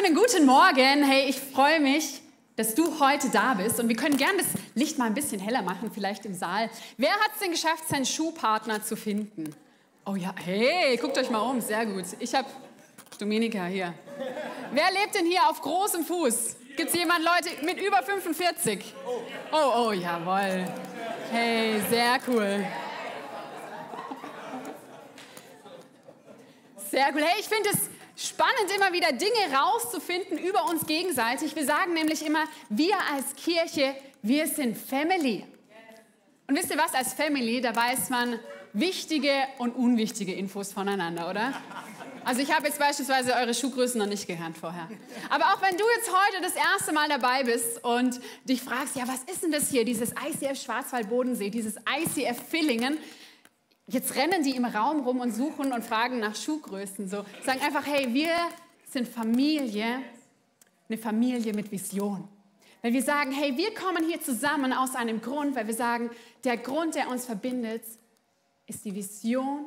Wunderschönen guten Morgen. Hey, ich freue mich, dass du heute da bist. Und wir können gerne das Licht mal ein bisschen heller machen, vielleicht im Saal. Wer hat es denn geschafft, seinen Schuhpartner zu finden? Oh ja, hey, guckt euch mal um, sehr gut. Ich habe Dominika hier. Wer lebt denn hier auf großem Fuß? Gibt es jemand, Leute mit über 45? Oh, jawohl. Hey, sehr cool. Sehr cool. Hey, ich finde es spannend, immer wieder Dinge rauszufinden über uns gegenseitig. Wir sagen nämlich immer, wir als Kirche, wir sind Family. Und wisst ihr was, als Family, da weiß man wichtige und unwichtige Infos voneinander, oder? Also ich habe jetzt beispielsweise eure Schuhgrößen noch nicht gekannt vorher. Aber auch wenn du jetzt heute das erste Mal dabei bist und dich fragst, ja, was ist denn das hier, dieses ICF Schwarzwald-Bodensee, dieses ICF Villingen, jetzt rennen die im Raum rum und suchen und fragen nach Schuhgrößen. So, sagen einfach, hey, wir sind Familie, eine Familie mit Vision. Weil wir sagen, hey, wir kommen hier zusammen aus einem Grund, weil wir sagen, der Grund, der uns verbindet, ist die Vision,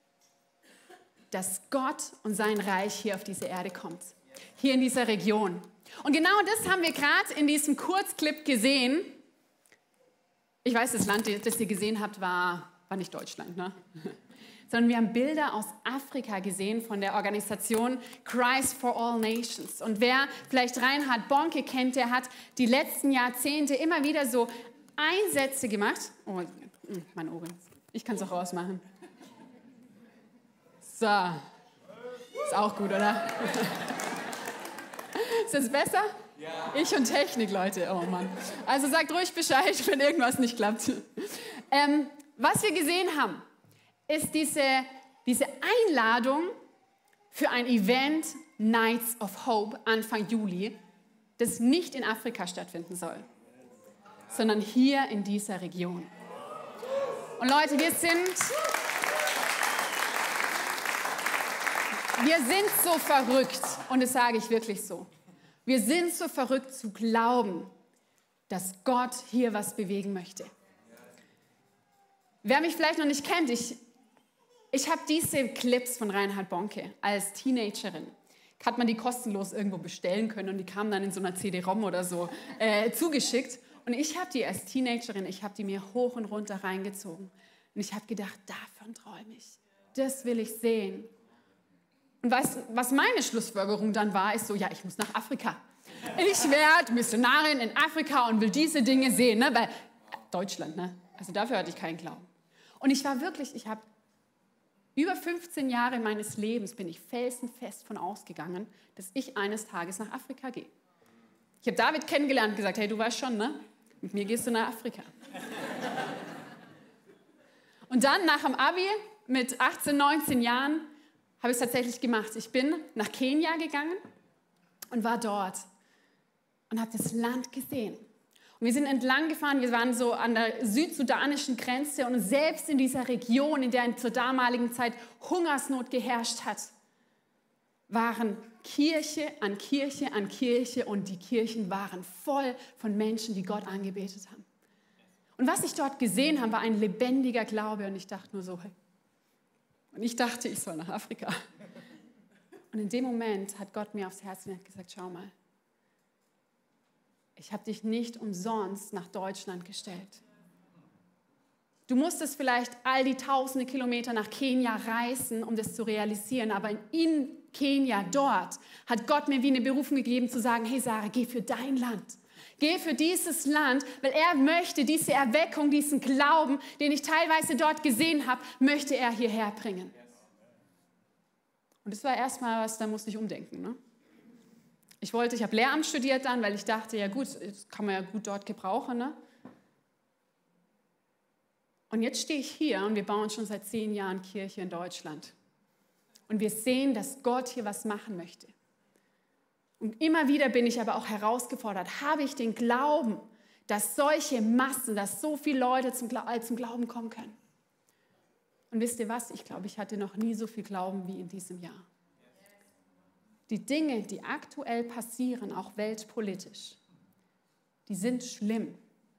dass Gott und sein Reich hier auf diese Erde kommt. Hier in dieser Region. Und genau das haben wir gerade in diesem Kurzclip gesehen. Ich weiß, das Land, das ihr gesehen habt, war nicht Deutschland, ne? Sondern wir haben Bilder aus Afrika gesehen von der Organisation Christ for All Nations. Und wer vielleicht Reinhard Bonke kennt, der hat die letzten Jahrzehnte immer wieder so Einsätze gemacht. Oh, mein Ohren. Ich kann es auch rausmachen. So. Ist auch gut, oder? Ist das besser? Ja. Ich und Technik, Leute. Oh Mann. Also sagt ruhig Bescheid, wenn irgendwas nicht klappt. Was wir gesehen haben, ist diese Einladung für ein Event Nights of Hope Anfang Juli, das nicht in Afrika stattfinden soll, sondern hier in dieser Region. Und Leute, wir sind so verrückt, und das sage ich wirklich so. Wir sind so verrückt zu glauben, dass Gott hier was bewegen möchte. Wer mich vielleicht noch nicht kennt, ich habe diese Clips von Reinhard Bonke als Teenagerin. Hat man die kostenlos irgendwo bestellen können und die kamen dann in so einer CD-ROM oder so zugeschickt. Und ich habe die als Teenagerin, ich habe die mir hoch und runter reingezogen. Und ich habe gedacht, davon träume ich. Das will ich sehen. Und was meine Schlussfolgerung dann war, ist so, ja, ich muss nach Afrika. Ich werde Missionarin in Afrika und will diese Dinge sehen, ne? Weil Deutschland, ne? Also dafür hatte ich keinen Glauben. Und ich habe über 15 Jahre meines Lebens bin ich felsenfest von ausgegangen, dass ich eines Tages nach Afrika gehe. Ich habe David kennengelernt und gesagt, hey, du weißt schon, ne? Mit mir gehst du nach Afrika. Und dann nach dem Abi mit 18, 19 Jahren habe ich es tatsächlich gemacht. Ich bin nach Kenia gegangen und war dort und habe das Land gesehen. Und wir sind entlang gefahren, wir waren so an der südsudanischen Grenze und selbst in dieser Region, in der zur damaligen Zeit Hungersnot geherrscht hat, waren Kirche an Kirche an Kirche und die Kirchen waren voll von Menschen, die Gott angebetet haben. Und was ich dort gesehen habe, war ein lebendiger Glaube und ich dachte nur so, hey. Und ich dachte, ich soll nach Afrika. Und in dem Moment hat Gott mir aufs Herz gesagt, schau mal, ich habe dich nicht umsonst nach Deutschland gestellt. Du musstest vielleicht all die tausende Kilometer nach Kenia reisen, um das zu realisieren, aber in Kenia, dort, hat Gott mir wie eine Berufung gegeben, zu sagen, hey Sarah, geh für dein Land. Geh für dieses Land, weil er möchte diese Erweckung, diesen Glauben, den ich teilweise dort gesehen habe, möchte er hierher bringen. Und das war erstmal was, da musste ich umdenken, ne? Ich habe Lehramt studiert dann, weil ich dachte, ja gut, das kann man ja gut dort gebrauchen, ne? Und jetzt stehe ich hier und wir bauen schon seit 10 Jahren Kirche in Deutschland. Und wir sehen, dass Gott hier was machen möchte. Und immer wieder bin ich aber auch herausgefordert, habe ich den Glauben, dass solche Massen, dass so viele Leute zum Glauben kommen können. Und wisst ihr was? Ich glaube, ich hatte noch nie so viel Glauben wie in diesem Jahr. Die Dinge, die aktuell passieren, auch weltpolitisch, die sind schlimm.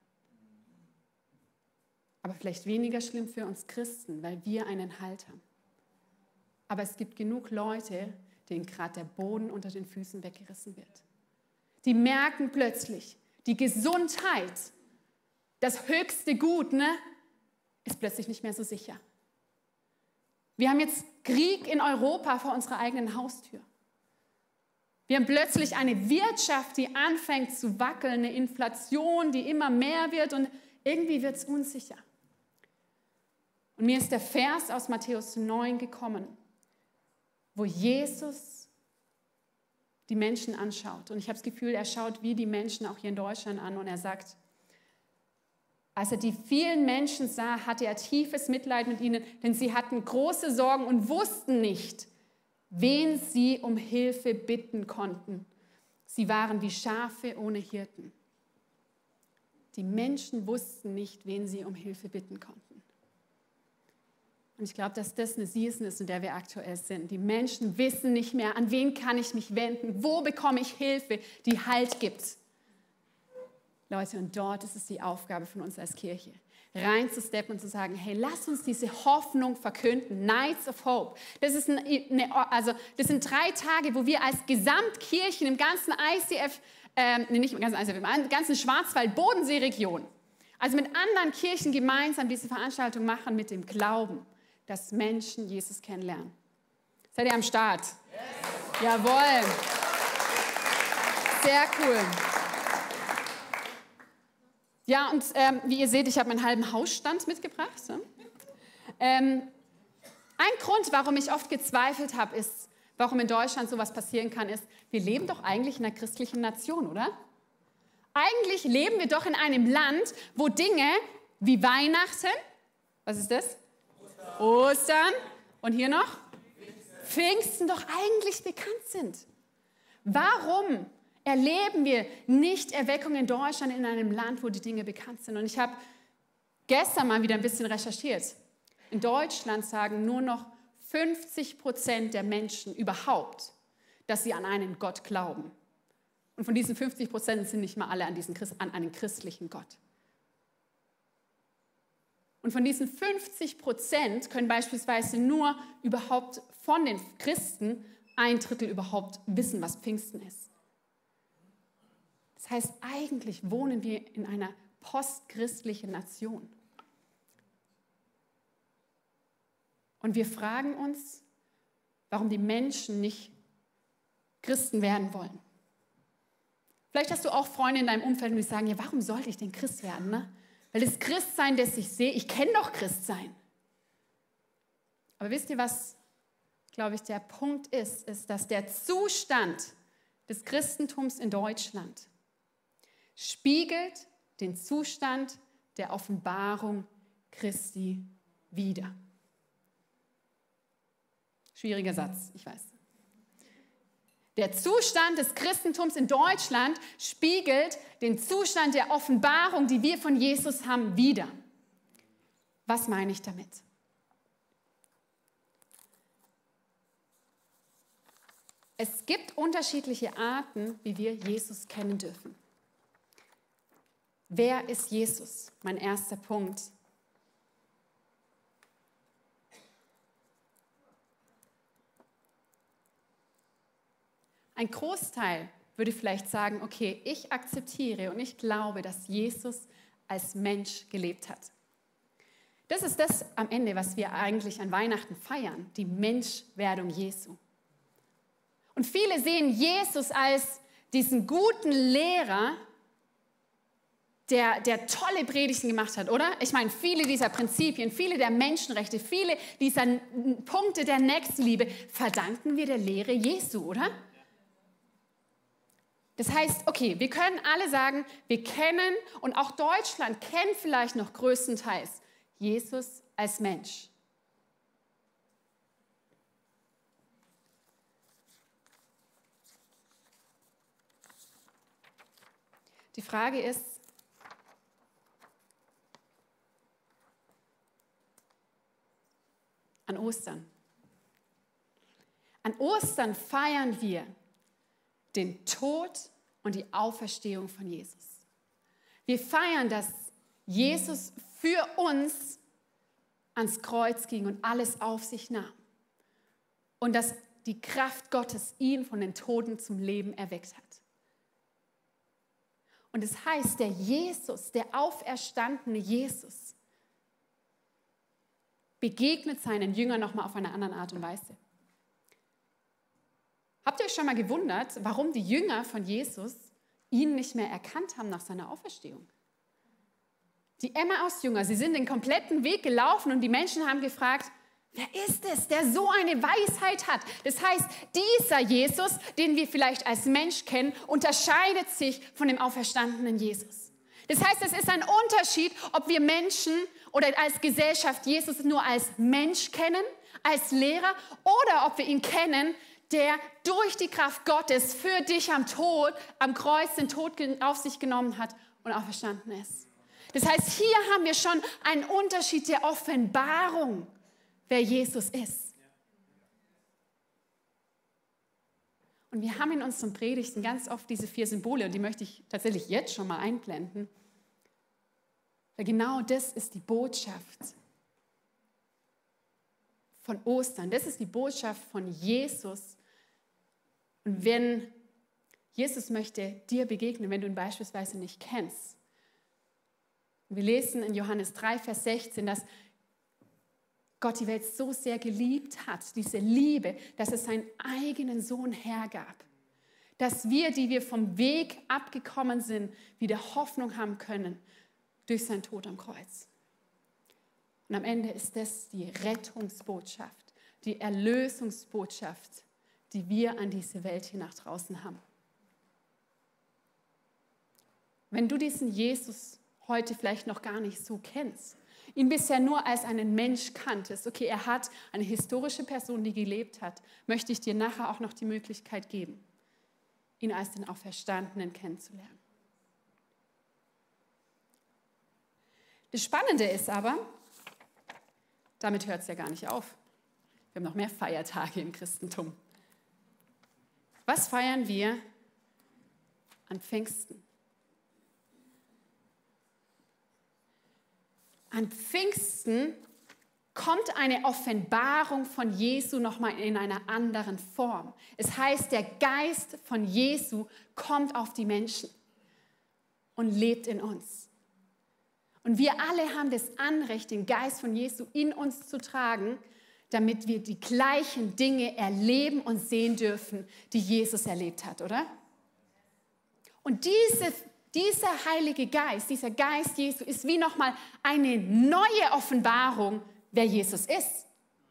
Aber vielleicht weniger schlimm für uns Christen, weil wir einen Halt haben. Aber es gibt genug Leute, denen gerade der Boden unter den Füßen weggerissen wird. Die merken plötzlich, die Gesundheit, das höchste Gut, ist plötzlich nicht mehr so sicher. Wir haben jetzt Krieg in Europa vor unserer eigenen Haustür. Wir haben plötzlich eine Wirtschaft, die anfängt zu wackeln, eine Inflation, die immer mehr wird und irgendwie wird es unsicher. Und mir ist der Vers aus Matthäus 9 gekommen, wo Jesus die Menschen anschaut. Und ich habe das Gefühl, er schaut wie die Menschen auch hier in Deutschland an und er sagt, als er die vielen Menschen sah, hatte er tiefes Mitleid mit ihnen, denn sie hatten große Sorgen und wussten nicht, wen sie um Hilfe bitten konnten. Sie waren wie Schafe ohne Hirten. Die Menschen wussten nicht, wen sie um Hilfe bitten konnten. Und ich glaube, dass das eine Season ist, in der wir aktuell sind. Die Menschen wissen nicht mehr, an wen kann ich mich wenden, wo bekomme ich Hilfe, die Halt gibt. Leute, und dort ist es die Aufgabe von uns als Kirche, reinzusteppen und zu sagen, hey, lass uns diese Hoffnung verkünden, Nights of Hope. Das sind 3 Tage, wo wir als Gesamtkirchen im ganzen ICF, nicht im ganzen ICF, im ganzen Schwarzwald-Bodensee-Region, also mit anderen Kirchen gemeinsam diese Veranstaltung machen mit dem Glauben, dass Menschen Jesus kennenlernen. Seid ihr am Start? Yes. Jawohl. Sehr cool. Ja, und wie ihr seht, ich habe meinen halben Hausstand mitgebracht. Ein Grund, warum ich oft gezweifelt habe, ist, warum in Deutschland sowas passieren kann, ist, wir leben doch eigentlich in einer christlichen Nation, oder? Eigentlich leben wir doch in einem Land, wo Dinge wie Weihnachten, was ist das? Ostern und hier noch? Pfingsten doch eigentlich bekannt sind. Warum erleben wir nicht Erweckung in Deutschland in einem Land, wo die Dinge bekannt sind? Und ich habe gestern mal wieder ein bisschen recherchiert. In Deutschland sagen nur noch 50% der Menschen überhaupt, dass sie an einen Gott glauben. Und von diesen 50% sind nicht mal alle an einen christlichen Gott. Und von diesen 50% können beispielsweise nur überhaupt von den Christen 1/3 überhaupt wissen, was Pfingsten ist. Das heißt, eigentlich wohnen wir in einer postchristlichen Nation. Und wir fragen uns, warum die Menschen nicht Christen werden wollen. Vielleicht hast du auch Freunde in deinem Umfeld, die sagen, ja, warum sollte ich denn Christ werden? Ne? Weil das Christsein, das ich sehe, ich kenne doch Christsein. Aber wisst ihr, was, glaube ich, der Punkt ist, dass der Zustand des Christentums in Deutschland spiegelt den Zustand der Offenbarung Christi wider. Schwieriger Satz, ich weiß. Der Zustand des Christentums in Deutschland spiegelt den Zustand der Offenbarung, die wir von Jesus haben, wider. Was meine ich damit? Es gibt unterschiedliche Arten, wie wir Jesus kennen dürfen. Wer ist Jesus? Mein erster Punkt. Ein Großteil würde vielleicht sagen, okay, ich akzeptiere und ich glaube, dass Jesus als Mensch gelebt hat. Das ist das am Ende, was wir eigentlich an Weihnachten feiern, die Menschwerdung Jesu. Und viele sehen Jesus als diesen guten Lehrer, der tolle Predigten gemacht hat, oder? Ich meine, viele dieser Prinzipien, viele der Menschenrechte, viele dieser Punkte der Nächstenliebe verdanken wir der Lehre Jesu, oder? Das heißt, okay, wir können alle sagen, wir kennen und auch Deutschland kennt vielleicht noch größtenteils Jesus als Mensch. Die Frage ist, an Ostern. An Ostern feiern wir den Tod und die Auferstehung von Jesus. Wir feiern, dass Jesus für uns ans Kreuz ging und alles auf sich nahm. Und dass die Kraft Gottes ihn von den Toten zum Leben erweckt hat. Und es heißt, der Jesus, der auferstandene Jesus, begegnet seinen Jüngern nochmal auf eine andere Art und Weise. Habt ihr euch schon mal gewundert, warum die Jünger von Jesus ihn nicht mehr erkannt haben nach seiner Auferstehung? Die Emmaus-Jünger, sie sind den kompletten Weg gelaufen und die Menschen haben gefragt, wer ist es, der so eine Weisheit hat? Das heißt, dieser Jesus, den wir vielleicht als Mensch kennen, unterscheidet sich von dem auferstandenen Jesus. Das heißt, es ist ein Unterschied, ob wir Menschen oder als Gesellschaft Jesus nur als Mensch kennen, als Lehrer, oder ob wir ihn kennen, der durch die Kraft Gottes für dich am Kreuz den Tod auf sich genommen hat und auferstanden ist. Das heißt, hier haben wir schon einen Unterschied der Offenbarung, wer Jesus ist. Und wir haben in unseren Predigten ganz oft diese 4 Symbole und die möchte ich tatsächlich jetzt schon mal einblenden. Weil genau das ist die Botschaft von Ostern. Das ist die Botschaft von Jesus. Und wenn Jesus möchte dir begegnen, wenn du ihn beispielsweise nicht kennst. Wir lesen in Johannes 3, Vers 16, dass Gott die Welt so sehr geliebt hat, diese Liebe, dass es seinen eigenen Sohn hergab. Dass wir, die wir vom Weg abgekommen sind, wieder Hoffnung haben können durch seinen Tod am Kreuz. Und am Ende ist das die Rettungsbotschaft, die Erlösungsbotschaft, die wir an diese Welt hier nach draußen haben. Wenn du diesen Jesus heute vielleicht noch gar nicht so kennst, ihn bisher nur als einen Mensch kanntest, okay, er hat eine historische Person, die gelebt hat, möchte ich dir nachher auch noch die Möglichkeit geben, ihn als den Auferstandenen kennenzulernen. Das Spannende ist aber, damit hört es ja gar nicht auf. Wir haben noch mehr Feiertage im Christentum. Was feiern wir an Pfingsten? An Pfingsten kommt eine Offenbarung von Jesu nochmal in einer anderen Form. Es heißt, der Geist von Jesu kommt auf die Menschen und lebt in uns. Und wir alle haben das Anrecht, den Geist von Jesu in uns zu tragen, damit wir die gleichen Dinge erleben und sehen dürfen, die Jesus erlebt hat, oder? Und dieser Heilige Geist, dieser Geist Jesu ist wie nochmal eine neue Offenbarung, wer Jesus ist.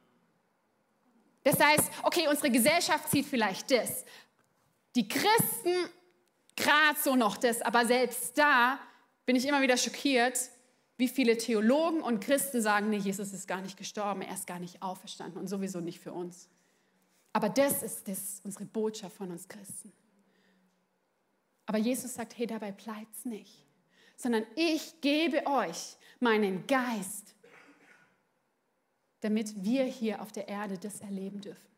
Das heißt, okay, unsere Gesellschaft sieht vielleicht das. Die Christen gerade so noch das, aber selbst da bin ich immer wieder schockiert, wie viele Theologen und Christen sagen, nee, Jesus ist gar nicht gestorben, er ist gar nicht auferstanden und sowieso nicht für uns. Aber das ist unsere Botschaft von uns Christen. Aber Jesus sagt, hey, dabei bleibt es nicht, sondern ich gebe euch meinen Geist, damit wir hier auf der Erde das erleben dürfen.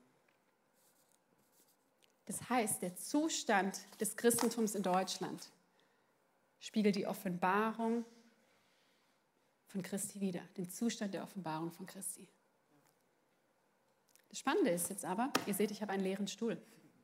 Das heißt, der Zustand des Christentums in Deutschland spiegelt die Offenbarung von Christi wider, den Zustand der Offenbarung von Christi. Das Spannende ist jetzt aber, ihr seht, ich habe einen leeren Stuhl.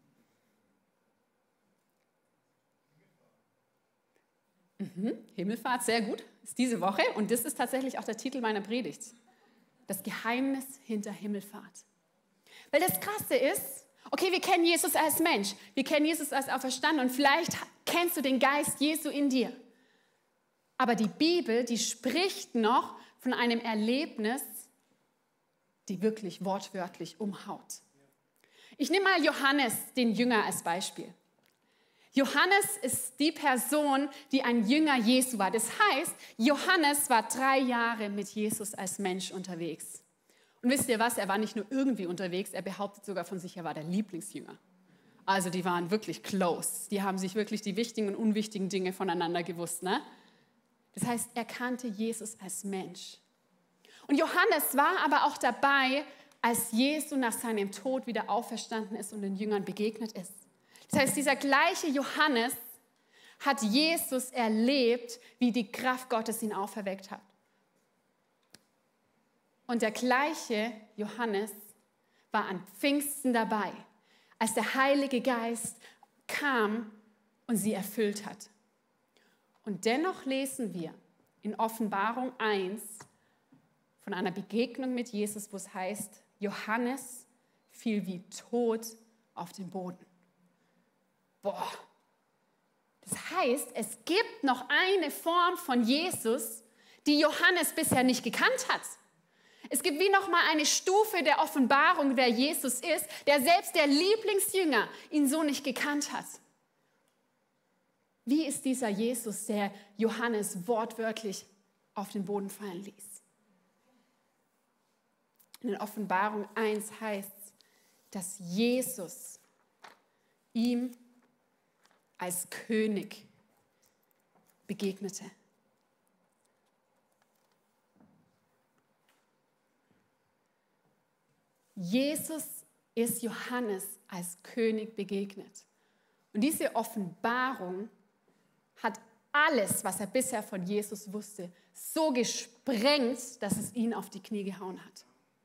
Himmelfahrt, sehr gut, ist diese Woche und das ist tatsächlich auch der Titel meiner Predigt. Das Geheimnis hinter Himmelfahrt. Weil das Krasse ist, okay, wir kennen Jesus als Mensch, wir kennen Jesus als Auferstanden und vielleicht kennst du den Geist Jesu in dir. Aber die Bibel, die spricht noch von einem Erlebnis, die wirklich wortwörtlich umhaut. Ich nehme mal Johannes, den Jünger, als Beispiel. Johannes ist die Person, die ein Jünger Jesu war. Das heißt, Johannes war 3 Jahre mit Jesus als Mensch unterwegs. Und wisst ihr was, er war nicht nur irgendwie unterwegs, er behauptet sogar von sich, er war der Lieblingsjünger. Also die waren wirklich close. Die haben sich wirklich die wichtigen und unwichtigen Dinge voneinander gewusst, ne? Das heißt, er kannte Jesus als Mensch. Und Johannes war aber auch dabei, als Jesus nach seinem Tod wieder auferstanden ist und den Jüngern begegnet ist. Das heißt, dieser gleiche Johannes hat Jesus erlebt, wie die Kraft Gottes ihn auferweckt hat. Und der gleiche Johannes war an Pfingsten dabei, als der Heilige Geist kam und sie erfüllt hat. Und dennoch lesen wir in Offenbarung 1 von einer Begegnung mit Jesus, wo es heißt, Johannes fiel wie tot auf den Boden. Boah! Das heißt, es gibt noch eine Form von Jesus, die Johannes bisher nicht gekannt hat. Es gibt wie noch mal eine Stufe der Offenbarung, wer Jesus ist, der selbst der Lieblingsjünger ihn so nicht gekannt hat. Wie ist dieser Jesus, der Johannes wortwörtlich auf den Boden fallen ließ? In Offenbarung 1 heißt es, dass Jesus ihm als König begegnete. Jesus ist Johannes als König begegnet. Und diese Offenbarung hat alles, was er bisher von Jesus wusste, so gesprengt, dass es ihn auf die Knie gehauen hat.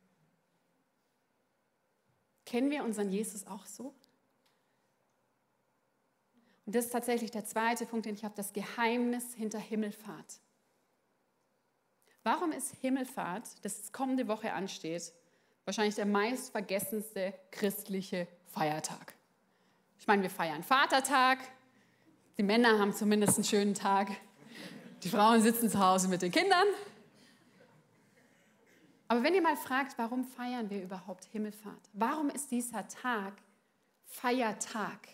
Kennen wir unseren Jesus auch so? Und das ist tatsächlich der zweite Punkt, den ich habe, das Geheimnis hinter Himmelfahrt. Warum ist Himmelfahrt, das kommende Woche ansteht, wahrscheinlich der meistvergessenste christliche Feiertag? Ich meine, wir feiern Vatertag, die Männer haben zumindest einen schönen Tag, die Frauen sitzen zu Hause mit den Kindern. Aber wenn ihr mal fragt, warum feiern wir überhaupt Himmelfahrt? Warum ist dieser Tag Feiertag?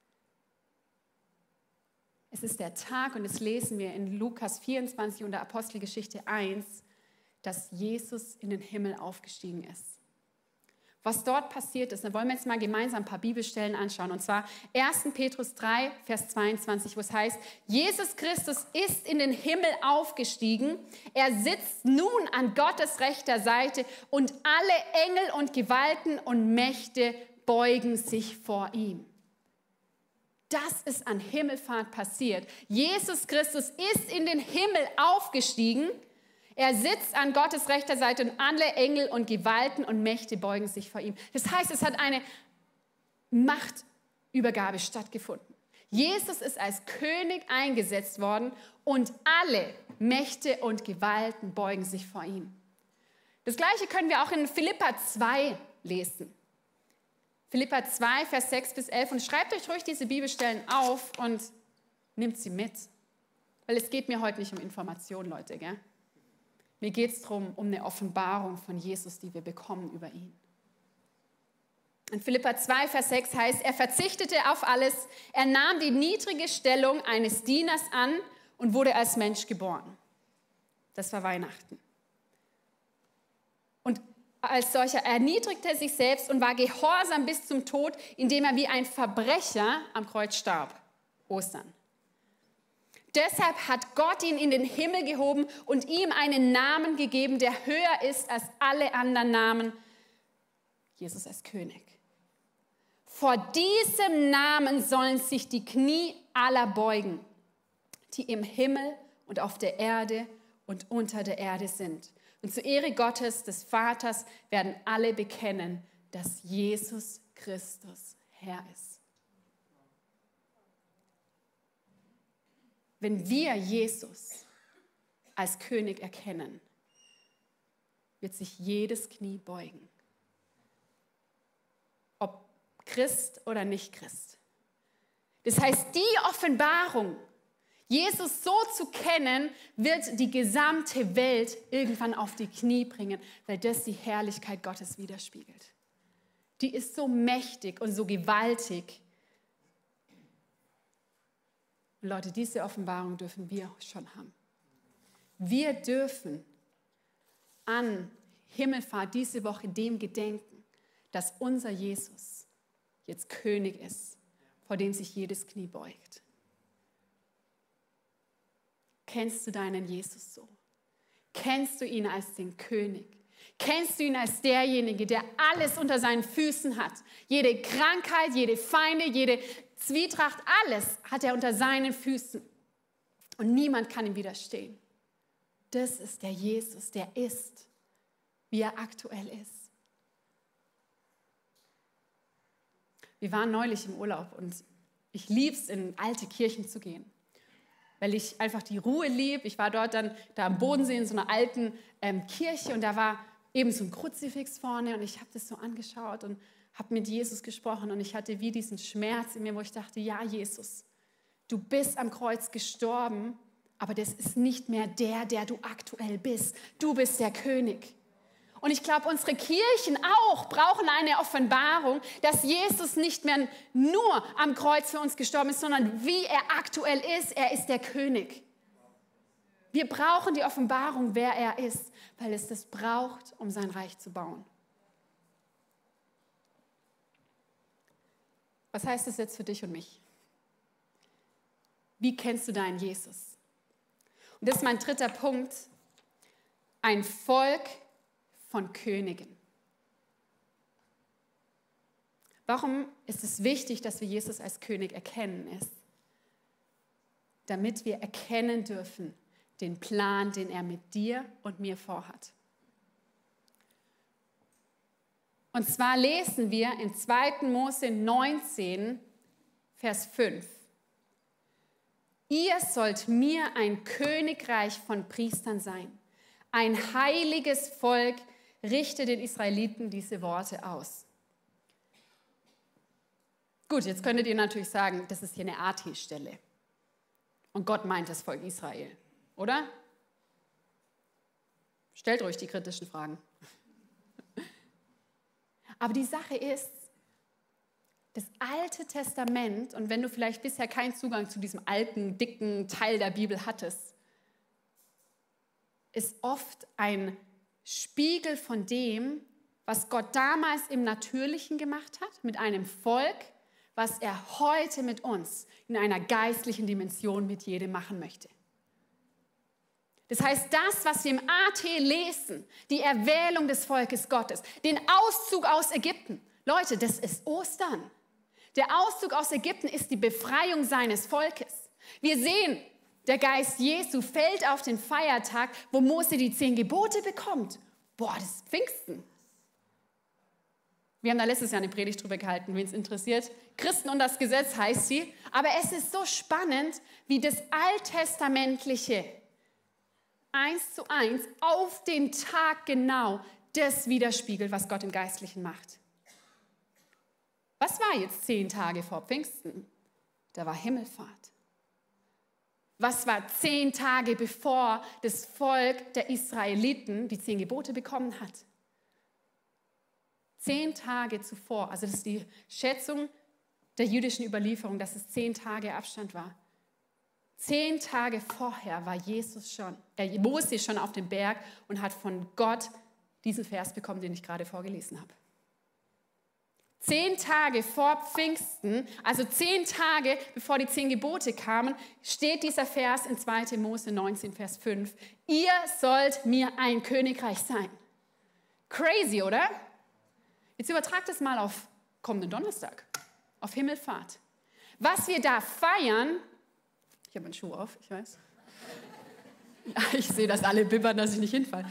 Es ist der Tag, und das lesen wir in Lukas 24 und der Apostelgeschichte 1, dass Jesus in den Himmel aufgestiegen ist. Was dort passiert ist, da wollen wir jetzt mal gemeinsam ein paar Bibelstellen anschauen. Und zwar 1. Petrus 3, Vers 22, wo es heißt, Jesus Christus ist in den Himmel aufgestiegen. Er sitzt nun an Gottes rechter Seite und alle Engel und Gewalten und Mächte beugen sich vor ihm. Das ist an Himmelfahrt passiert. Jesus Christus ist in den Himmel aufgestiegen. Er sitzt an Gottes rechter Seite und alle Engel und Gewalten und Mächte beugen sich vor ihm. Das heißt, es hat eine Machtübergabe stattgefunden. Jesus ist als König eingesetzt worden und alle Mächte und Gewalten beugen sich vor ihm. Das Gleiche können wir auch in Philipper 2 lesen. Philipper 2, Vers 6 bis 11. Und schreibt euch ruhig diese Bibelstellen auf und nimmt sie mit. Weil es geht mir heute nicht um Information, Leute, gell? Mir geht es darum, um eine Offenbarung von Jesus, die wir bekommen über ihn. In Philipper 2, Vers 6 heißt, er verzichtete auf alles, er nahm die niedrige Stellung eines Dieners an und wurde als Mensch geboren. Das war Weihnachten. Und als solcher erniedrigte er sich selbst und war gehorsam bis zum Tod, indem er wie ein Verbrecher am Kreuz starb. Ostern. Deshalb hat Gott ihn in den Himmel gehoben und ihm einen Namen gegeben, der höher ist als alle anderen Namen. Jesus als König. Vor diesem Namen sollen sich die Knie aller beugen, die im Himmel und auf der Erde und unter der Erde sind. Und zur Ehre Gottes, des Vaters, werden alle bekennen, dass Jesus Christus Herr ist. Wenn wir Jesus als König erkennen, wird sich jedes Knie beugen. Ob Christ oder nicht Christ. Das heißt, die Offenbarung, Jesus so zu kennen, wird die gesamte Welt irgendwann auf die Knie bringen, weil das die Herrlichkeit Gottes widerspiegelt. Die ist so mächtig und so gewaltig. Und Leute, diese Offenbarung dürfen wir schon haben. Wir dürfen an Himmelfahrt diese Woche dem gedenken, dass unser Jesus jetzt König ist, vor dem sich jedes Knie beugt. Kennst du deinen Jesus so? Kennst du ihn als den König? Kennst du ihn als derjenige, der alles unter seinen Füßen hat? Jede Krankheit, jede Feinde, jede Zwietracht, alles hat er unter seinen Füßen. Und niemand kann ihm widerstehen. Das ist der Jesus, der ist, wie er aktuell ist. Wir waren neulich im Urlaub und ich liebe es, in alte Kirchen zu gehen, weil ich einfach die Ruhe liebe. Ich war dort dann da am Bodensee in so einer alten Kirche und da war eben so ein Kruzifix vorne und ich habe das so angeschaut und habe mit Jesus gesprochen und ich hatte wie diesen Schmerz in mir, wo ich dachte, ja Jesus, du bist am Kreuz gestorben, aber das ist nicht mehr der du aktuell bist. Du bist der König. Und ich glaube, unsere Kirchen auch brauchen eine Offenbarung, dass Jesus nicht mehr nur am Kreuz für uns gestorben ist, sondern wie er aktuell ist. Er ist der König. Wir brauchen die Offenbarung, wer er ist, weil es das braucht, um sein Reich zu bauen. Was heißt das jetzt für dich und mich? Wie kennst du deinen Jesus? Und das ist mein dritter Punkt. Ein Volk von Königen. Warum ist es wichtig, dass wir Jesus als König erkennen? Damit wir erkennen dürfen, den Plan, den er mit dir und mir vorhat. Und zwar lesen wir in 2. Mose 19, Vers 5. Ihr sollt mir ein Königreich von Priestern sein, ein heiliges Volk, richte den Israeliten diese Worte aus. Gut, jetzt könntet ihr natürlich sagen, das ist hier eine AT-Stelle. Und Gott meint das Volk Israel, oder? Stellt euch die kritischen Fragen. Aber die Sache ist, das Alte Testament, und wenn du vielleicht bisher keinen Zugang zu diesem alten, dicken Teil der Bibel hattest, ist oft ein Spiegel von dem, was Gott damals im Natürlichen gemacht hat, mit einem Volk, was er heute mit uns in einer geistlichen Dimension mit jedem machen möchte. Das heißt, das, was wir im AT lesen, die Erwählung des Volkes Gottes, den Auszug aus Ägypten, Leute, das ist Ostern. Der Auszug aus Ägypten ist die Befreiung seines Volkes. Wir sehen, der Geist Jesu fällt auf den Feiertag, wo Mose die 10 Gebote bekommt. Boah, das ist Pfingsten. Wir haben da letztes Jahr eine Predigt drüber gehalten, wen es interessiert. Christen und das Gesetz heißt sie. Aber es ist so spannend, wie das Alttestamentliche 1:1 auf den Tag genau das widerspiegelt, was Gott im Geistlichen macht. Was war jetzt 10 Tage vor Pfingsten? Da war Himmelfahrt. Was war 10 Tage bevor das Volk der Israeliten die 10 Gebote bekommen hat? 10 Tage zuvor, also das ist die Schätzung der jüdischen Überlieferung, dass es 10 Tage Abstand war. 10 Tage vorher war Mose schon auf dem Berg und hat von Gott diesen Vers bekommen, den ich gerade vorgelesen habe. 10 Tage vor Pfingsten, also 10 Tage bevor die 10 Gebote kamen, steht dieser Vers in 2. Mose 19, Vers 5. Ihr sollt mir ein Königreich sein. Crazy, oder? Jetzt übertragt es mal auf kommenden Donnerstag, auf Himmelfahrt. Was wir da feiern, ich habe meinen Schuh auf, ich weiß. Ich sehe, dass alle bibbern, dass ich nicht hinfalle.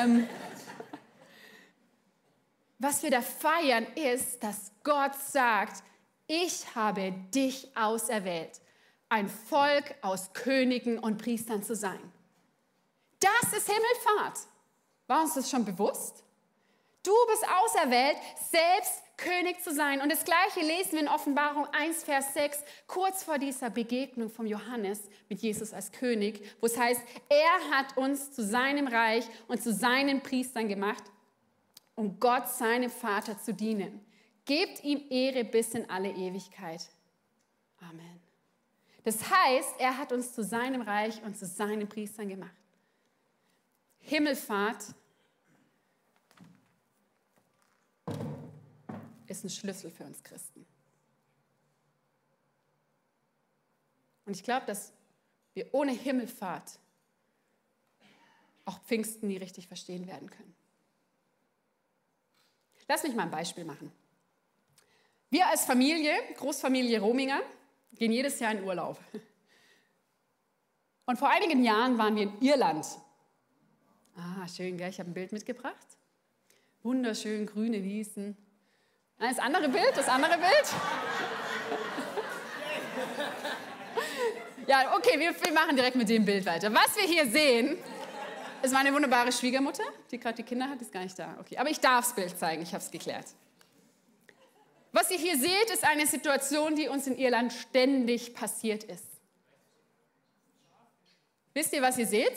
Was wir da feiern, ist, dass Gott sagt, ich habe dich auserwählt, ein Volk aus Königen und Priestern zu sein. Das ist Himmelfahrt. War uns das schon bewusst? Du bist auserwählt, selbst König zu sein. Und das Gleiche lesen wir in Offenbarung 1, Vers 6, kurz vor dieser Begegnung von Johannes mit Jesus als König, wo es heißt, er hat uns zu seinem Reich und zu seinen Priestern gemacht, um Gott, seinem Vater, zu dienen. Gebt ihm Ehre bis in alle Ewigkeit. Amen. Das heißt, er hat uns zu seinem Reich und zu seinen Priestern gemacht. Himmelfahrt ist ein Schlüssel für uns Christen. Und ich glaube, dass wir ohne Himmelfahrt auch Pfingsten nie richtig verstehen werden können. Lass mich mal ein Beispiel machen. Wir als Familie, Großfamilie Rominger, gehen jedes Jahr in Urlaub. Und vor einigen Jahren waren wir in Irland. Ah, schön, gell? Ich habe ein Bild mitgebracht. Wunderschön, grüne Wiesen. Das andere Bild, das andere Bild. Ja, okay, wir machen direkt mit dem Bild weiter. Was wir hier sehen, ist meine wunderbare Schwiegermutter, die gerade die Kinder hat, die ist gar nicht da. Okay, aber ich darf das Bild zeigen, ich habe es geklärt. Was ihr hier seht, ist eine Situation, die uns in Irland ständig passiert ist. Wisst ihr, was ihr seht?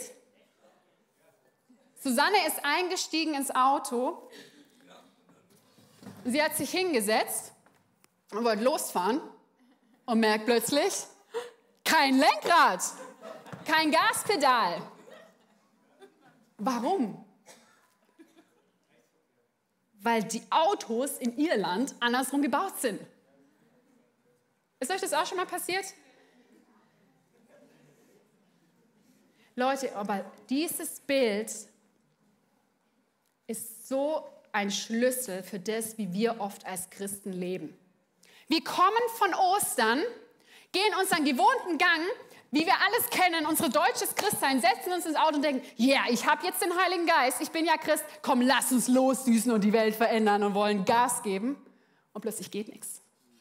Susanne ist eingestiegen ins Auto. Sie hat sich hingesetzt und wollte losfahren und merkt plötzlich, kein Lenkrad, kein Gaspedal. Warum? Weil die Autos in Irland andersrum gebaut sind. Ist euch das auch schon mal passiert? Leute, aber dieses Bild ist so ein Schlüssel für das, wie wir oft als Christen leben. Wir kommen von Ostern, gehen unseren gewohnten Gang, wie wir alles kennen, unser deutsches Christsein, setzen uns ins Auto und denken, ja, ich habe jetzt den Heiligen Geist, ich bin ja Christ, komm, lass uns losdüsen und die Welt verändern und wollen Gas geben. Und plötzlich geht nichts.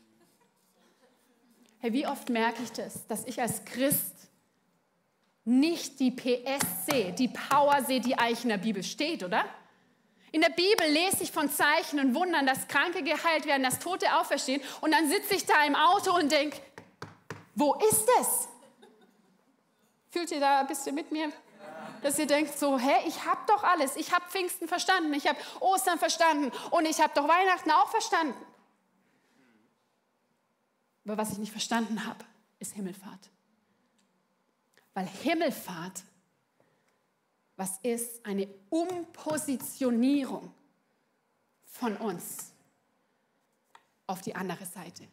Hey, wie oft merke ich das, dass ich als Christ nicht die PS sehe, die Power sehe, die eigentlich in der Bibel steht, oder? In der Bibel lese ich von Zeichen und Wundern, dass Kranke geheilt werden, dass Tote auferstehen. Und dann sitze ich da im Auto und denke, wo ist es? Fühlt ihr da ein bisschen mit mir? Dass ihr denkt so, hä, ich habe doch alles. Ich habe Pfingsten verstanden, ich habe Ostern verstanden und ich habe doch Weihnachten auch verstanden. Aber was ich nicht verstanden habe, ist Himmelfahrt. Weil Himmelfahrt, was ist? Eine Umpositionierung von uns auf die andere Seite.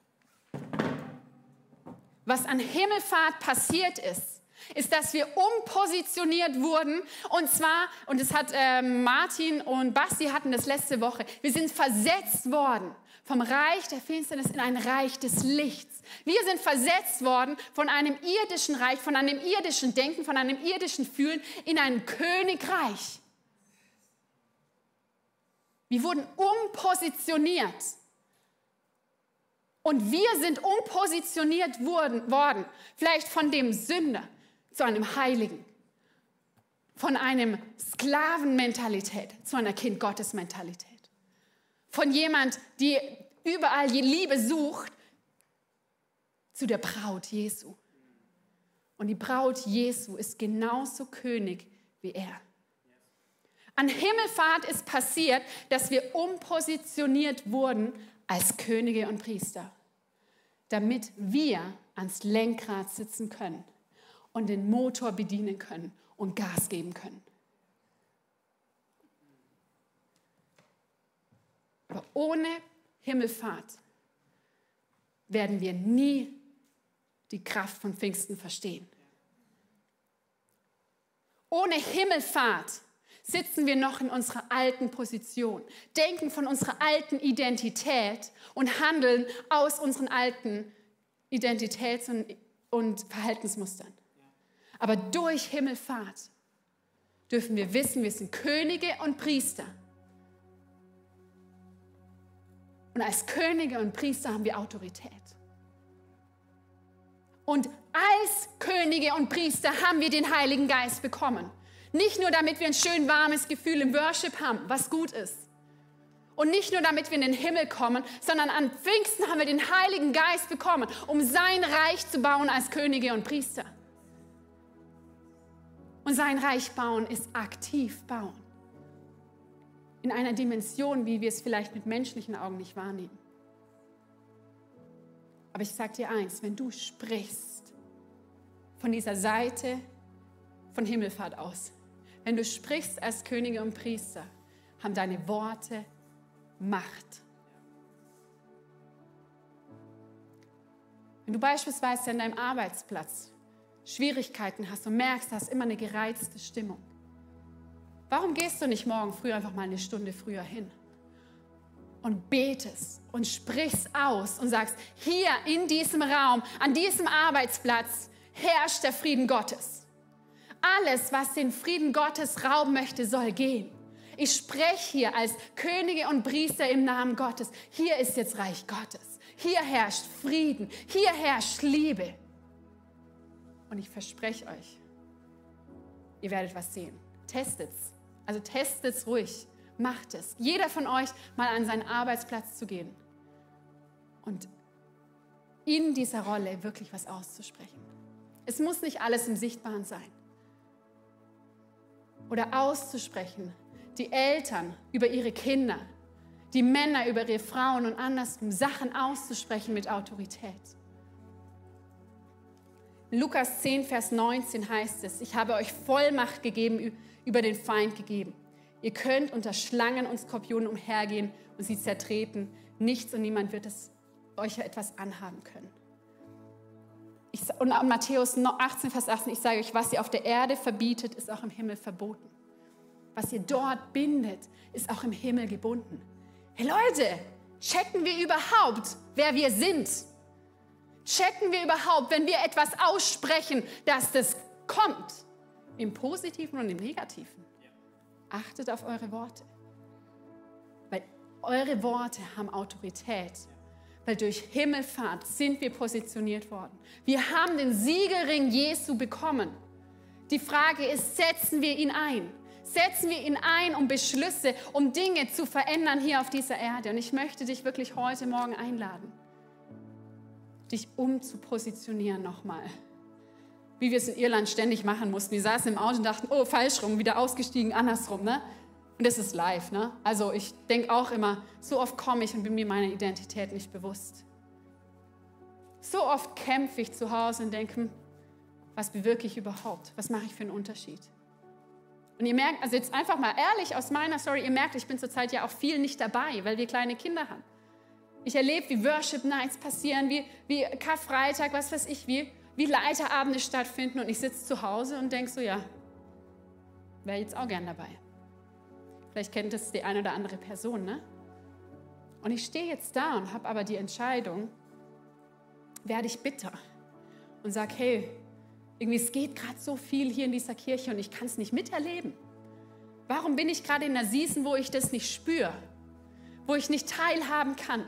Was an Himmelfahrt passiert ist, dass wir umpositioniert wurden. Und zwar, und das hat Martin und Basti hatten das letzte Woche, wir sind versetzt worden vom Reich der Finsternis in ein Reich des Lichts. Wir sind versetzt worden von einem irdischen Reich, von einem irdischen Denken, von einem irdischen Fühlen in ein Königreich. Wir wurden umpositioniert. Und wir sind umpositioniert worden, vielleicht von dem Sünder zu einem Heiligen, von einem Sklavenmentalität zu einer Kind-Gottes-Mentalität, von jemand, die überall die Liebe sucht, zu der Braut Jesu. Und die Braut Jesu ist genauso König wie er. An Himmelfahrt ist passiert, dass wir umpositioniert wurden als Könige und Priester, damit wir ans Lenkrad sitzen können und den Motor bedienen können und Gas geben können. Aber ohne Himmelfahrt werden wir nie die Kraft von Pfingsten verstehen. Ohne Himmelfahrt sitzen wir noch in unserer alten Position, denken von unserer alten Identität und handeln aus unseren alten Identitäts- und Verhaltensmustern. Aber durch Himmelfahrt dürfen wir wissen, wir sind Könige und Priester. Und als Könige und Priester haben wir Autorität. Und als Könige und Priester haben wir den Heiligen Geist bekommen. Nicht nur, damit wir ein schön warmes Gefühl im Worship haben, was gut ist. Und nicht nur, damit wir in den Himmel kommen, sondern an Pfingsten haben wir den Heiligen Geist bekommen, um sein Reich zu bauen als Könige und Priester. Und sein Reich bauen ist aktiv bauen. In einer Dimension, wie wir es vielleicht mit menschlichen Augen nicht wahrnehmen. Aber ich sage dir eins, wenn du sprichst von dieser Seite von Himmelfahrt aus, wenn du sprichst als Könige und Priester, haben deine Worte Macht. Wenn du beispielsweise an deinem Arbeitsplatz Schwierigkeiten hast und merkst, du hast immer eine gereizte Stimmung, warum gehst du nicht morgen früh einfach mal eine Stunde früher hin und betest und sprichst aus und sagst, hier in diesem Raum, an diesem Arbeitsplatz herrscht der Frieden Gottes. Alles, was den Frieden Gottes rauben möchte, soll gehen. Ich spreche hier als Könige und Priester im Namen Gottes. Hier ist jetzt Reich Gottes. Hier herrscht Frieden. Hier herrscht Liebe. Und ich verspreche euch, ihr werdet was sehen. Testet's. Also testet's ruhig. Macht es. Jeder von euch mal an seinen Arbeitsplatz zu gehen und in dieser Rolle wirklich was auszusprechen. Es muss nicht alles im Sichtbaren sein. Oder auszusprechen, die Eltern über ihre Kinder, die Männer über ihre Frauen und andersrum, Sachen auszusprechen mit Autorität. In Lukas 10, Vers 19 heißt es, ich habe euch Vollmacht gegeben, über den Feind gegeben. Ihr könnt unter Schlangen und Skorpionen umhergehen und sie zertreten. Nichts und niemand wird es euch etwas anhaben können. Und Matthäus 18, Vers 18, ich sage euch, was ihr auf der Erde verbietet, ist auch im Himmel verboten. Was ihr dort bindet, ist auch im Himmel gebunden. Hey Leute, checken wir überhaupt, wer wir sind? Checken wir überhaupt, wenn wir etwas aussprechen, dass das kommt? Im Positiven und im Negativen. Achtet auf eure Worte. Weil eure Worte haben Autorität. Weil durch Himmelfahrt sind wir positioniert worden. Wir haben den Siegelring Jesu bekommen. Die Frage ist, setzen wir ihn ein? Setzen wir ihn ein, um Beschlüsse, um Dinge zu verändern hier auf dieser Erde? Und ich möchte dich wirklich heute Morgen einladen, dich umzupositionieren nochmal. Wie wir es in Irland ständig machen mussten. Wir saßen im Auto und dachten, oh, falsch rum, wieder ausgestiegen, andersrum, ne? Und das ist live, ne? Also ich denke auch immer, so oft komme ich und bin mir meiner Identität nicht bewusst. So oft kämpfe ich zu Hause und denke, was bewirke ich überhaupt? Was mache ich für einen Unterschied? Und ihr merkt, also jetzt einfach mal ehrlich aus meiner Story, ihr merkt, ich bin zurzeit ja auch viel nicht dabei, weil wir kleine Kinder haben. Ich erlebe, wie Worship Nights passieren, wie Karfreitag, was weiß ich, wie Leiterabende stattfinden und ich sitze zu Hause und denke so, ja, wäre jetzt auch gern dabei. Vielleicht kennt das die eine oder andere Person, ne? Und ich stehe jetzt da und habe aber die Entscheidung, werde ich bitter und sage, hey, irgendwie es geht gerade so viel hier in dieser Kirche und ich kann es nicht miterleben. Warum bin ich gerade in einer Season, wo ich das nicht spüre, wo ich nicht teilhaben kann?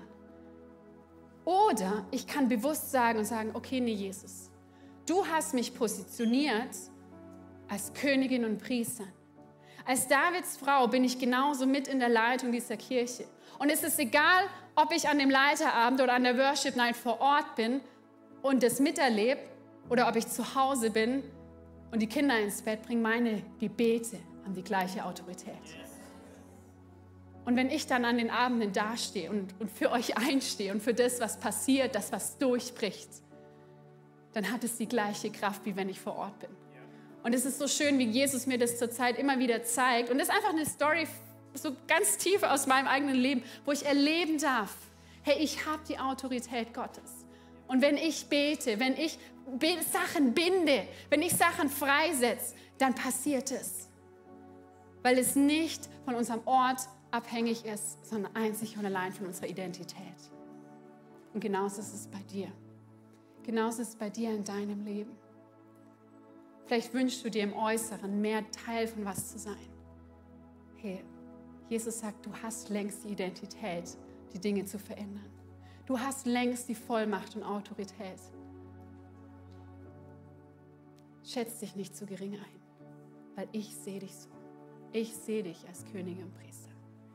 Oder ich kann bewusst sagen und sagen, okay, nee, Jesus, du hast mich positioniert als Königin und Priester. Als Davids Frau bin ich genauso mit in der Leitung dieser Kirche. Und es ist egal, ob ich an dem Leiterabend oder an der Worship Night vor Ort bin und das miterlebe oder ob ich zu Hause bin und die Kinder ins Bett bringe, meine Gebete haben die gleiche Autorität. Und wenn ich dann an den Abenden dastehe und für euch einstehe und für das, was passiert, das, was durchbricht, dann hat es die gleiche Kraft, wie wenn ich vor Ort bin. Und es ist so schön, wie Jesus mir das zurzeit immer wieder zeigt. Und das ist einfach eine Story so ganz tief aus meinem eigenen Leben, wo ich erleben darf, hey, ich habe die Autorität Gottes. Und wenn ich bete, wenn ich Sachen binde, wenn ich Sachen freisetze, dann passiert es. Weil es nicht von unserem Ort abhängig ist, sondern einzig und allein von unserer Identität. Und genauso ist es bei dir. Genauso ist es bei dir in deinem Leben. Vielleicht wünschst du dir im Äußeren mehr Teil von was zu sein. Hey, Jesus sagt, du hast längst die Identität, die Dinge zu verändern. Du hast längst die Vollmacht und Autorität. Schätz dich nicht zu gering ein, weil ich sehe dich so. Ich sehe dich als Königin und Priester.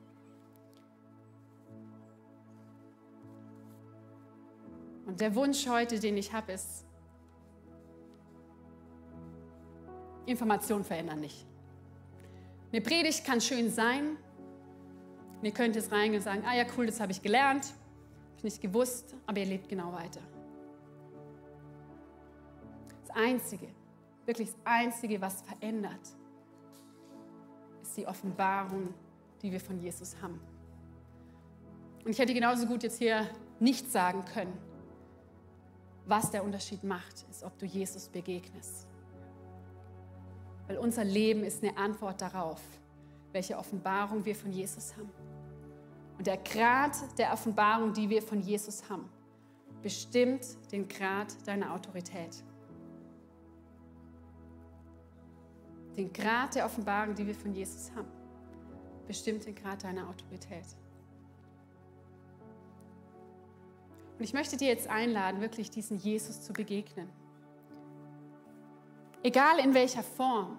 Und der Wunsch heute, den ich habe, ist, Informationen verändern nicht. Eine Predigt kann schön sein. Und ihr könnt jetzt reingehen und sagen, ah ja, cool, das habe ich gelernt. Habe ich nicht gewusst, aber ihr lebt genau weiter. Das Einzige, wirklich das Einzige, was verändert, ist die Offenbarung, die wir von Jesus haben. Und ich hätte genauso gut jetzt hier nicht sagen können, was der Unterschied macht, ist, ob du Jesus begegnest. Weil unser Leben ist eine Antwort darauf, welche Offenbarung wir von Jesus haben. Und der Grad der Offenbarung, die wir von Jesus haben, bestimmt den Grad deiner Autorität. Den Grad der Offenbarung, die wir von Jesus haben, bestimmt den Grad deiner Autorität. Und ich möchte dir jetzt einladen, wirklich diesen Jesus zu begegnen. Egal in welcher Form.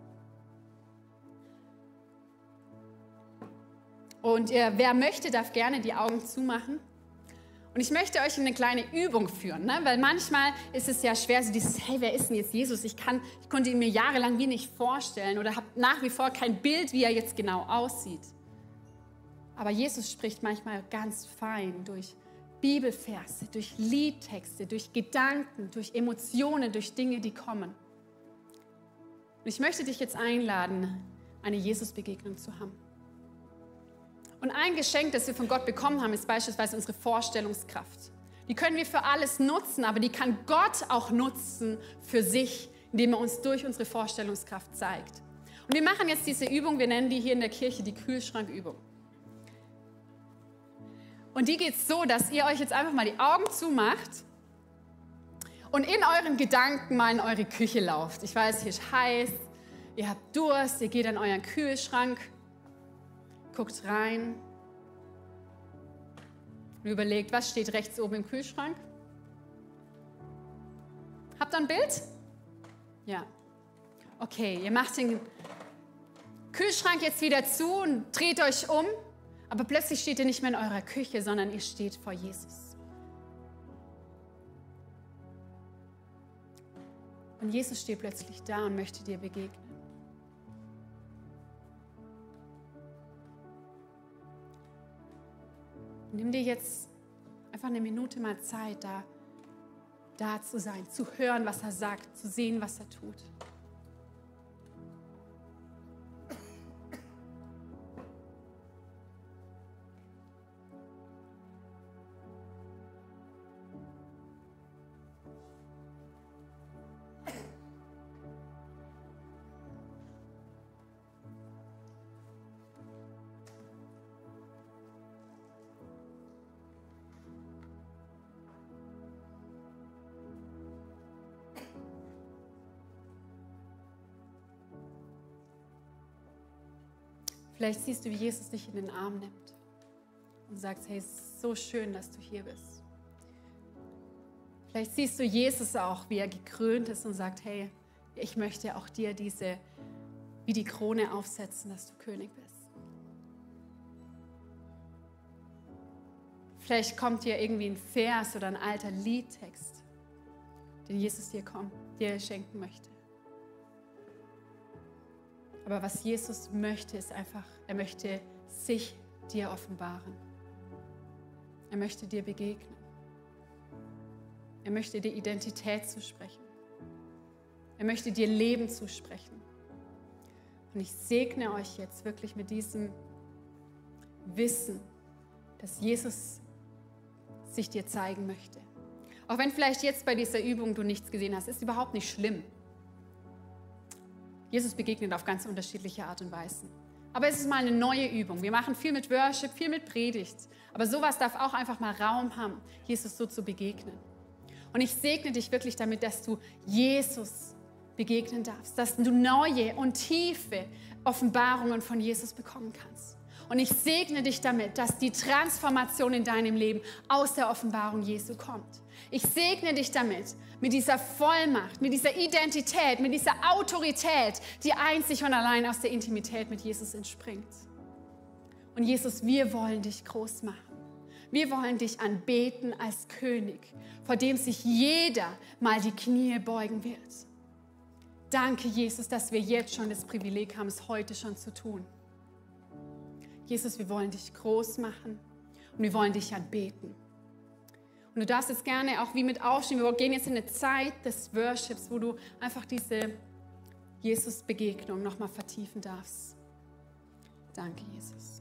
Und wer möchte, darf gerne die Augen zumachen. Und ich möchte euch in eine kleine Übung führen, ne? Weil manchmal ist es ja schwer, so dieses, hey, wer ist denn jetzt Jesus? Ich konnte ihn mir jahrelang wie nicht vorstellen oder habe nach wie vor kein Bild, wie er jetzt genau aussieht. Aber Jesus spricht manchmal ganz fein durch Bibelverse, durch Liedtexte, durch Gedanken, durch Emotionen, durch Dinge, die kommen. Und ich möchte dich jetzt einladen, eine Jesus-Begegnung zu haben. Und ein Geschenk, das wir von Gott bekommen haben, ist beispielsweise unsere Vorstellungskraft. Die können wir für alles nutzen, aber die kann Gott auch nutzen für sich, indem er uns durch unsere Vorstellungskraft zeigt. Und wir machen jetzt diese Übung, wir nennen die hier in der Kirche die Kühlschrankübung. Und die geht so, dass ihr euch jetzt einfach mal die Augen zumacht und in euren Gedanken mal in eure Küche lauft. Ich weiß, hier ist heiß, ihr habt Durst, ihr geht an euren Kühlschrank, guckt rein und überlegt, was steht rechts oben im Kühlschrank? Habt ihr ein Bild? Ja. Okay, ihr macht den Kühlschrank jetzt wieder zu und dreht euch um, aber plötzlich steht ihr nicht mehr in eurer Küche, sondern ihr steht vor Jesus. Und Jesus steht plötzlich da und möchte dir begegnen. Nimm dir jetzt einfach eine Minute mal Zeit, da zu sein, zu hören, was er sagt, zu sehen, was er tut. Vielleicht siehst du, wie Jesus dich in den Arm nimmt und sagst, hey, es ist so schön, dass du hier bist. Vielleicht siehst du Jesus auch, wie er gekrönt ist und sagt, hey, ich möchte auch dir wie die Krone aufsetzen, dass du König bist. Vielleicht kommt dir irgendwie ein Vers oder ein alter Liedtext, den Jesus dir schenken möchte. Aber was Jesus möchte, ist einfach, er möchte sich dir offenbaren. Er möchte dir begegnen. Er möchte dir Identität zusprechen. Er möchte dir Leben zusprechen. Und ich segne euch jetzt wirklich mit diesem Wissen, dass Jesus sich dir zeigen möchte. Auch wenn vielleicht jetzt bei dieser Übung du nichts gesehen hast, ist überhaupt nicht schlimm. Jesus begegnet auf ganz unterschiedliche Art und Weisen. Aber es ist mal eine neue Übung. Wir machen viel mit Worship, viel mit Predigt. Aber sowas darf auch einfach mal Raum haben, Jesus so zu begegnen. Und ich segne dich wirklich damit, dass du Jesus begegnen darfst, dass du neue und tiefe Offenbarungen von Jesus bekommen kannst. Und ich segne dich damit, dass die Transformation in deinem Leben aus der Offenbarung Jesu kommt. Ich segne dich damit, mit dieser Vollmacht, mit dieser Identität, mit dieser Autorität, die einzig und allein aus der Intimität mit Jesus entspringt. Und Jesus, wir wollen dich groß machen. Wir wollen dich anbeten als König, vor dem sich jeder mal die Knie beugen wird. Danke, Jesus, dass wir jetzt schon das Privileg haben, es heute schon zu tun. Jesus, wir wollen dich groß machen und wir wollen dich anbeten. Und du darfst jetzt gerne auch wie mit aufstehen. Wir gehen jetzt in eine Zeit des Worships, wo du einfach diese Jesus-Begegnung nochmal vertiefen darfst. Danke, Jesus.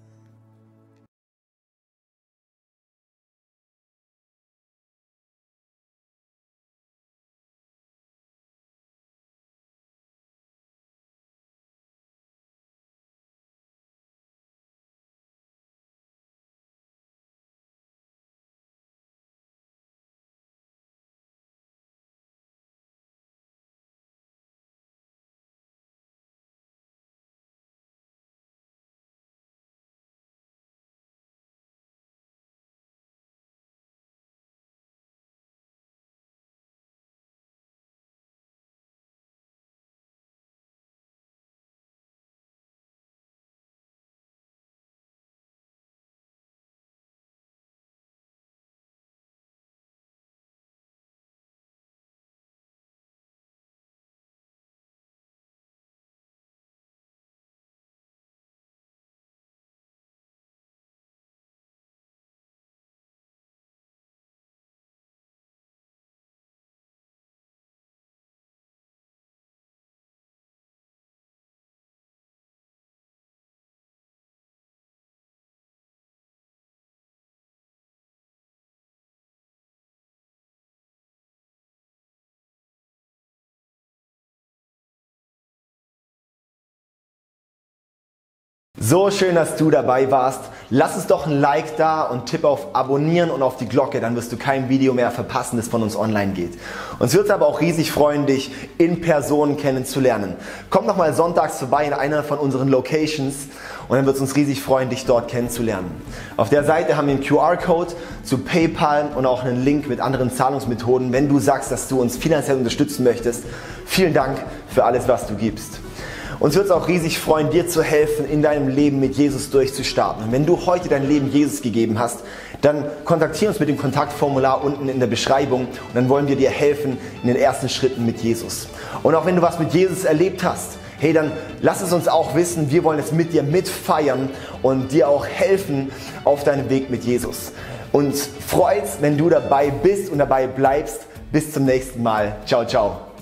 So schön, dass du dabei warst. Lass uns doch ein Like da und tipp auf Abonnieren und auf die Glocke, dann wirst du kein Video mehr verpassen, das von uns online geht. Uns wird es aber auch riesig freuen, dich in Person kennenzulernen. Komm noch mal sonntags vorbei in einer von unseren Locations und dann wird es uns riesig freuen, dich dort kennenzulernen. Auf der Seite haben wir einen QR-Code zu PayPal und auch einen Link mit anderen Zahlungsmethoden, wenn du sagst, dass du uns finanziell unterstützen möchtest. Vielen Dank für alles, was du gibst. Uns wird es auch riesig freuen, dir zu helfen, in deinem Leben mit Jesus durchzustarten. Und wenn du heute dein Leben Jesus gegeben hast, dann kontaktiere uns mit dem Kontaktformular unten in der Beschreibung und dann wollen wir dir helfen in den ersten Schritten mit Jesus. Und auch wenn du was mit Jesus erlebt hast, hey, dann lass es uns auch wissen, wir wollen es mit dir mitfeiern und dir auch helfen auf deinem Weg mit Jesus. Uns freut's, wenn du dabei bist und dabei bleibst. Bis zum nächsten Mal. Ciao, ciao.